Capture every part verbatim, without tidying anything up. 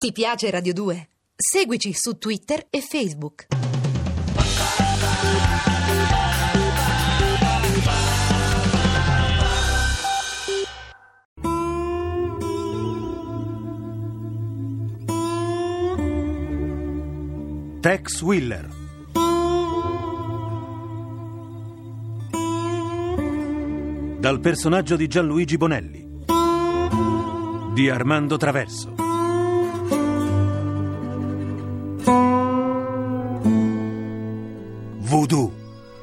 Ti piace Radio due? Seguici su Twitter e Facebook. Tex Willer. Dal personaggio di Gianluigi Bonelli, di Armando Traverso. Voodoo.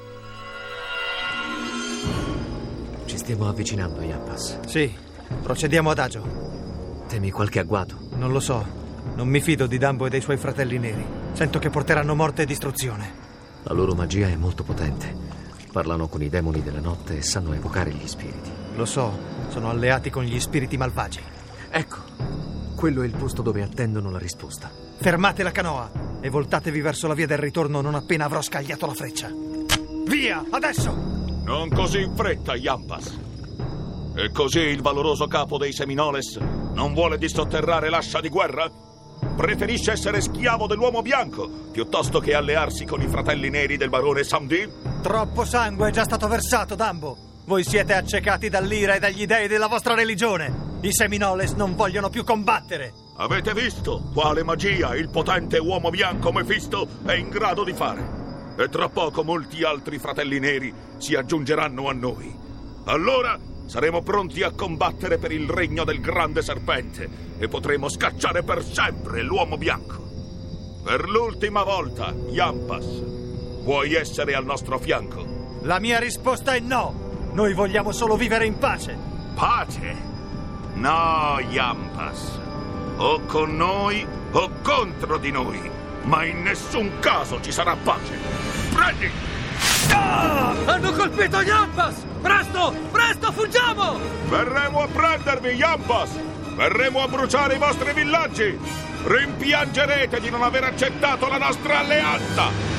Ci stiamo avvicinando, Yampas. Sì, procediamo adagio. Temi qualche agguato? Non lo so. Non mi fido di Dumbo e dei suoi fratelli neri. Sento che porteranno morte e distruzione. La loro magia è molto potente. Parlano con i demoni della notte e sanno evocare gli spiriti. Lo so, sono alleati con gli spiriti malvagi. Ecco, quello è il posto dove attendono la risposta. Fermate la canoa e voltatevi verso la via del ritorno non appena avrò scagliato la freccia. Via, adesso! Non così in fretta, Yampas. E così il valoroso capo dei Seminoles non vuole dissotterrare l'ascia di guerra? Preferisce essere schiavo dell'uomo bianco piuttosto che allearsi con i fratelli neri del barone Samdi? Troppo sangue è già stato versato, Dumbo. Voi siete accecati dall'ira e dagli dei della vostra religione. I Seminoles non vogliono più combattere. Avete visto quale magia il potente uomo bianco Mefisto è in grado di fare? E tra poco molti altri fratelli neri si aggiungeranno a noi. Allora saremo pronti a combattere per il regno del grande serpente e potremo scacciare per sempre l'uomo bianco. Per l'ultima volta, Yampas, vuoi essere al nostro fianco? La mia risposta è no. Noi vogliamo solo vivere in pace. Pace? No, Yampas. O con noi o contro di noi. Ma in nessun caso ci sarà pace. Prendi! Ah! Hanno colpito Yampas! Presto! Presto, fuggiamo! Verremo a prendervi, Yampas! Verremo a bruciare i vostri villaggi! Rimpiangerete di non aver accettato la nostra alleanza!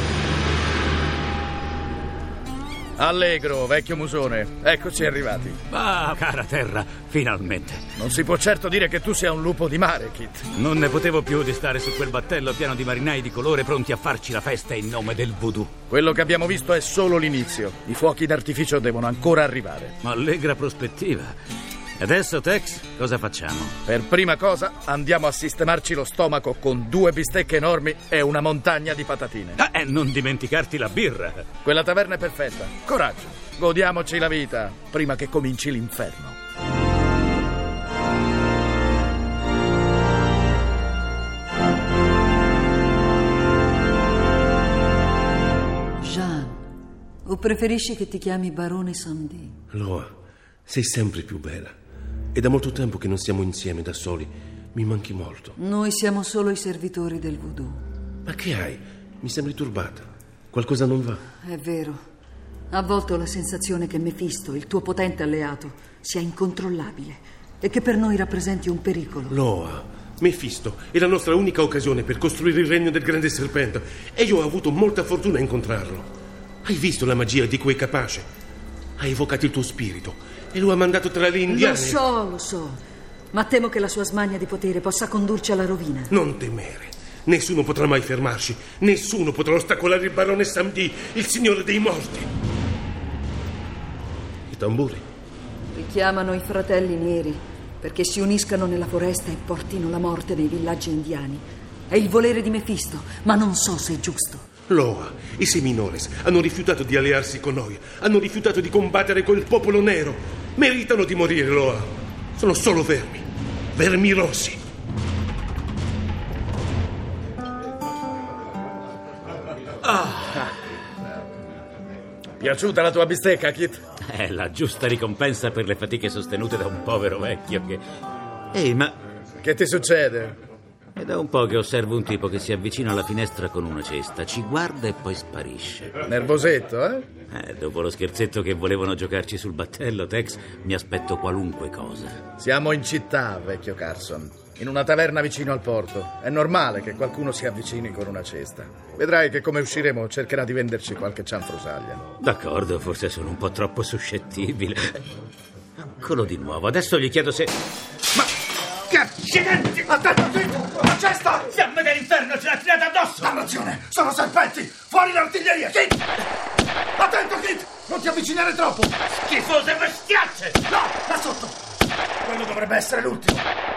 Allegro, vecchio musone. Eccoci arrivati. Ah, cara terra, finalmente. Non si può certo dire che tu sia un lupo di mare, Kit. Non ne potevo più di stare su quel battello pieno di marinai di colore pronti a farci la festa in nome del voodoo. Quello che abbiamo visto è solo l'inizio. I fuochi d'artificio devono ancora arrivare. Allegra prospettiva. Adesso, Tex, cosa facciamo? Per prima cosa andiamo a sistemarci lo stomaco con due bistecche enormi e una montagna di patatine. Ah, e non dimenticarti la birra. Quella taverna è perfetta. Coraggio, godiamoci la vita prima che cominci l'inferno. Jean, o preferisci che ti chiami Barone Samdi? Loa, sei sempre più bella. È da molto tempo che non siamo insieme da soli. Mi manchi molto. Noi siamo solo i servitori del voodoo. Ma che hai? Mi sembri turbata. Qualcosa non va? È vero. A volte ho la sensazione che Mefisto, il tuo potente alleato, sia incontrollabile e che per noi rappresenti un pericolo. Loa, Mefisto è la nostra unica occasione per costruire il regno del grande serpente e io ho avuto molta fortuna a incontrarlo. Hai visto la magia di cui è capace? Ha evocato il tuo spirito e lo ha mandato tra le indiane. Lo so, lo so, ma temo che la sua smania di potere possa condurci alla rovina. Non temere. Nessuno potrà mai fermarci. Nessuno potrà ostacolare il barone Samdi, il signore dei morti. I tamburi. Richiamano i fratelli neri perché si uniscano nella foresta e portino la morte nei villaggi indiani. È il volere di Mefisto, ma non so se è giusto. Loa, i Seminoles hanno rifiutato di allearsi con noi. Hanno rifiutato di combattere col popolo nero. Meritano di morire, Loa. Sono solo vermi. Vermi rossi. Ah. Piaciuta la tua bistecca, Kit? È la giusta ricompensa per le fatiche sostenute da un povero vecchio che... Ehi, ma... Che ti succede? È da un po' che osservo un tipo che si avvicina alla finestra con una cesta, ci guarda e poi sparisce. Nervosetto, eh? Eh, dopo lo scherzetto che volevano giocarci sul battello, Tex, mi aspetto qualunque cosa. Siamo in città, vecchio Carson, in una taverna vicino al porto. È normale che qualcuno si avvicini con una cesta. Vedrai che come usciremo cercherà di venderci qualche cianfrusaglia. D'accordo, forse sono un po' troppo suscettibile. Eccolo di nuovo, adesso gli chiedo se... Ma... Che accidenti! Attento, Kit! La cesta! Fiamme dell'inferno, ce l'ha tirata addosso! Dannazione! Sono serpenti! Fuori l'artiglieria! Kit! Attento, Kit! Non ti avvicinare troppo! Schifose bestiacce! No! Là sotto! Quello dovrebbe essere l'ultimo!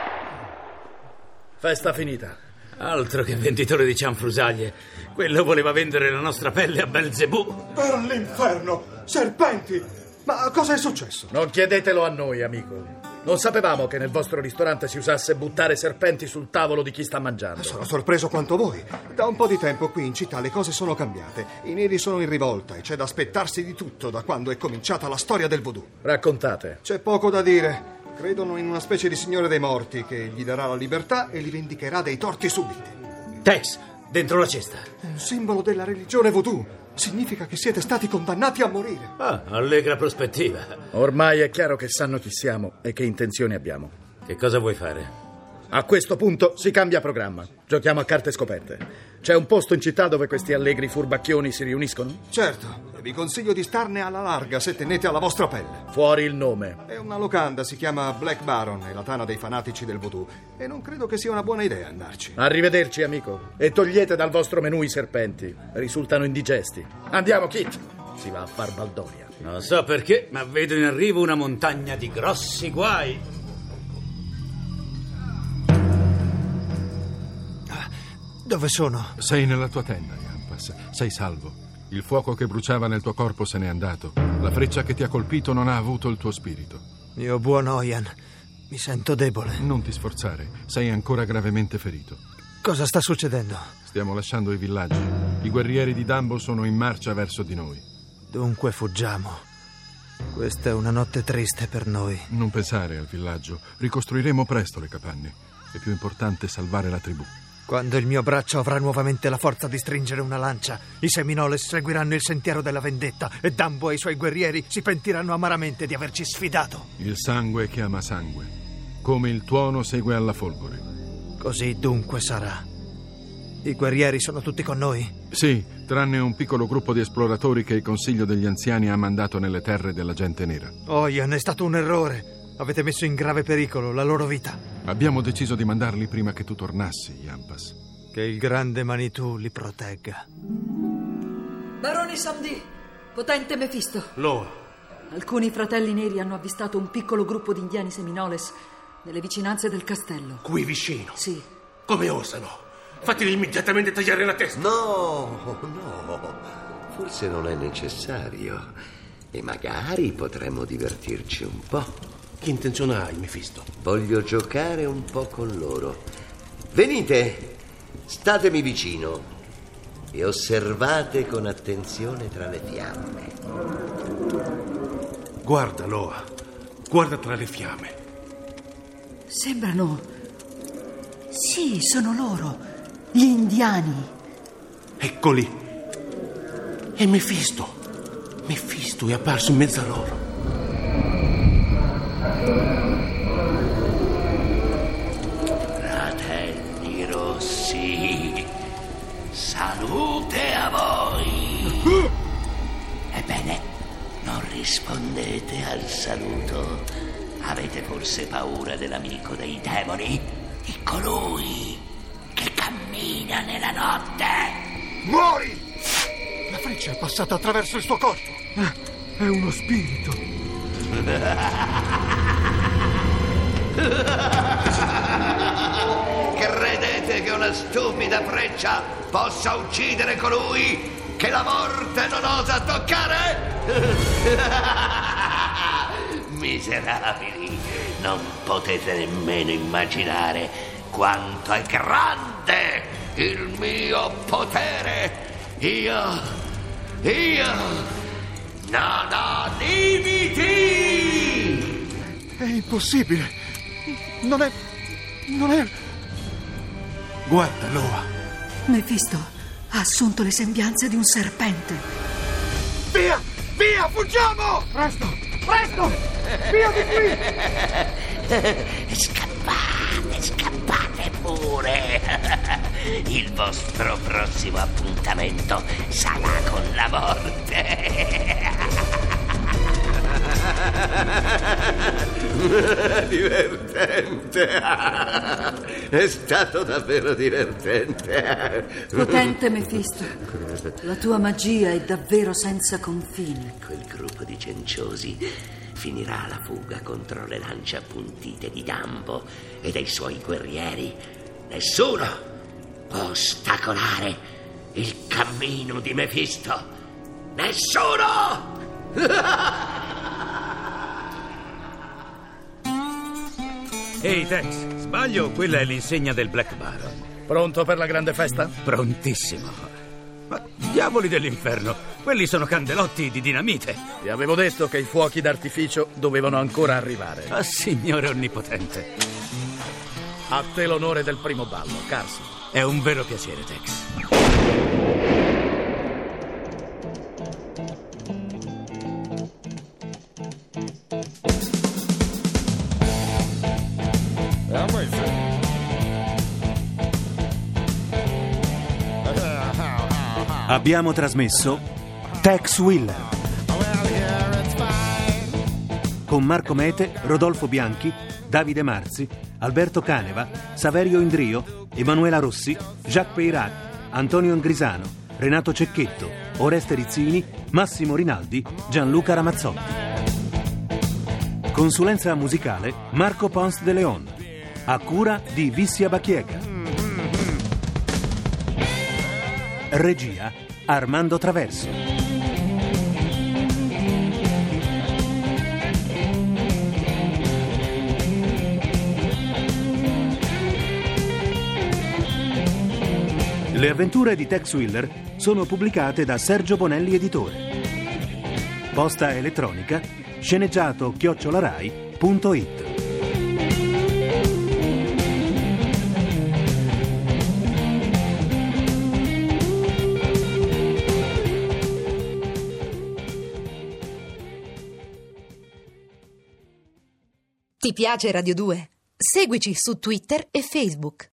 Festa finita. Altro che venditore di cianfrusaglie. Quello voleva vendere la nostra pelle a Belzebù. Per l'inferno! Serpenti! Ma cosa è successo? Non chiedetelo a noi, amico. Non sapevamo che nel vostro ristorante si usasse buttare serpenti sul tavolo di chi sta mangiando. Sono sorpreso quanto voi. Da un po' di tempo qui in città le cose sono cambiate. I neri sono in rivolta e c'è da aspettarsi di tutto da quando è cominciata la storia del voodoo. Raccontate. C'è poco da dire. Credono in una specie di signore dei morti che gli darà la libertà e li vendicherà dei torti subiti. Tex, dentro la cesta. Un simbolo della religione voodoo. Significa che siete stati condannati a morire. Ah, allegra prospettiva. Ormai è chiaro che sanno chi siamo e che intenzioni abbiamo. Che cosa vuoi fare? A questo punto si cambia programma. Giochiamo a carte scoperte. C'è un posto in città dove questi allegri furbacchioni si riuniscono? Certo, e vi consiglio di starne alla larga se tenete alla vostra pelle. Fuori il nome. È una locanda, si chiama Black Baron, è la tana dei fanatici del voodoo. E non credo che sia una buona idea andarci. Arrivederci, amico. E togliete dal vostro menù i serpenti. Risultano indigesti. Andiamo, Kit. Si va a far baldoria. Non so perché, ma vedo in arrivo una montagna di grossi guai. Dove sono? Sei nella tua tenda, Iampas. Sei salvo. Il fuoco che bruciava nel tuo corpo se n'è andato. La freccia che ti ha colpito non ha avuto il tuo spirito. Mio buon Oian, mi sento debole. Non ti sforzare, sei ancora gravemente ferito. Cosa sta succedendo? Stiamo lasciando i villaggi. I guerrieri di Dambo sono in marcia verso di noi. Dunque fuggiamo. Questa è una notte triste per noi. Non pensare al villaggio. Ricostruiremo presto le capanne. È più importante salvare la tribù. Quando il mio braccio avrà nuovamente la forza di stringere una lancia, i Seminoles seguiranno il sentiero della vendetta e Dambo e i suoi guerrieri si pentiranno amaramente di averci sfidato. Il sangue chiama sangue, come il tuono segue alla folgore. Così dunque sarà. I guerrieri sono tutti con noi? Sì, tranne un piccolo gruppo di esploratori che il Consiglio degli Anziani ha mandato nelle terre della gente nera. Oian, è stato un errore. Avete messo in grave pericolo la loro vita. Abbiamo deciso di mandarli prima che tu tornassi, Iampas. Che il grande Manitou li protegga. Barone Samdi, potente Mefisto. Loa. Alcuni fratelli neri hanno avvistato un piccolo gruppo di indiani Seminoles nelle vicinanze del castello. Qui vicino? Sì. Come osano? Fateli immediatamente tagliare la testa. No, no. Forse non è necessario. E magari potremmo divertirci un po'. Che intenzione hai, Mefisto? Voglio giocare un po' con loro. Venite, statemi vicino e osservate con attenzione tra le fiamme. Guarda, Loa, guarda tra le fiamme. Sembrano... Sì, sono loro, gli indiani. Eccoli. È Mefisto. Mefisto è apparso in mezzo a loro. Fratelli rossi, salute a voi. Ebbene, non rispondete al saluto. Avete forse paura dell'amico dei demoni? Di colui che cammina nella notte. Muori! La freccia è passata attraverso il suo corpo. È uno spirito. Credete che una stupida freccia possa uccidere colui che la morte non osa toccare? Miserabili, non potete nemmeno immaginare quanto è grande il mio potere. Io, io non ho limiti. È impossibile. Non è... non è... Guarda, Loa. Mefisto ha assunto le sembianze di un serpente. Via! Via! Fuggiamo! Presto! Presto! Via di qui! Scappate, scappate pure! Il vostro prossimo appuntamento sarà con la morte! Divertente. È stato davvero divertente. Potente Mefisto, la tua magia è davvero senza confini. Quel gruppo di cenciosi finirà alla fuga contro le lance appuntite di Dumbo e dei suoi guerrieri. Nessuno può ostacolare il cammino di Mefisto. Nessuno! Ehi, Tex, sbaglio? Quella è l'insegna del Black Baron. Pronto per la grande festa? Prontissimo. Ma diavoli dell'inferno, quelli sono candelotti di dinamite. Ti avevo detto che i fuochi d'artificio dovevano ancora arrivare. Ah, signore onnipotente. A te l'onore del primo ballo, Carson. È un vero piacere, Tex. Abbiamo trasmesso Tex Willer con Marco Mete, Rodolfo Bianchi, Davide Marzi, Alberto Caneva, Saverio Indrio, Emanuela Rossi, Jacques Peyrat, Antonio Ingrisano, Renato Cecchetto, Oreste Rizzini, Massimo Rinaldi, Gianluca Ramazzotti. Consulenza musicale Marco Pons de Leon, a cura di Vissia Bachiega. Regia Armando Traverso. Le avventure di Tex Willer sono pubblicate da Sergio Bonelli Editore. Posta elettronica sceneggiato chiocciolarai punto it. Ti piace Radio due? Seguici su Twitter e Facebook.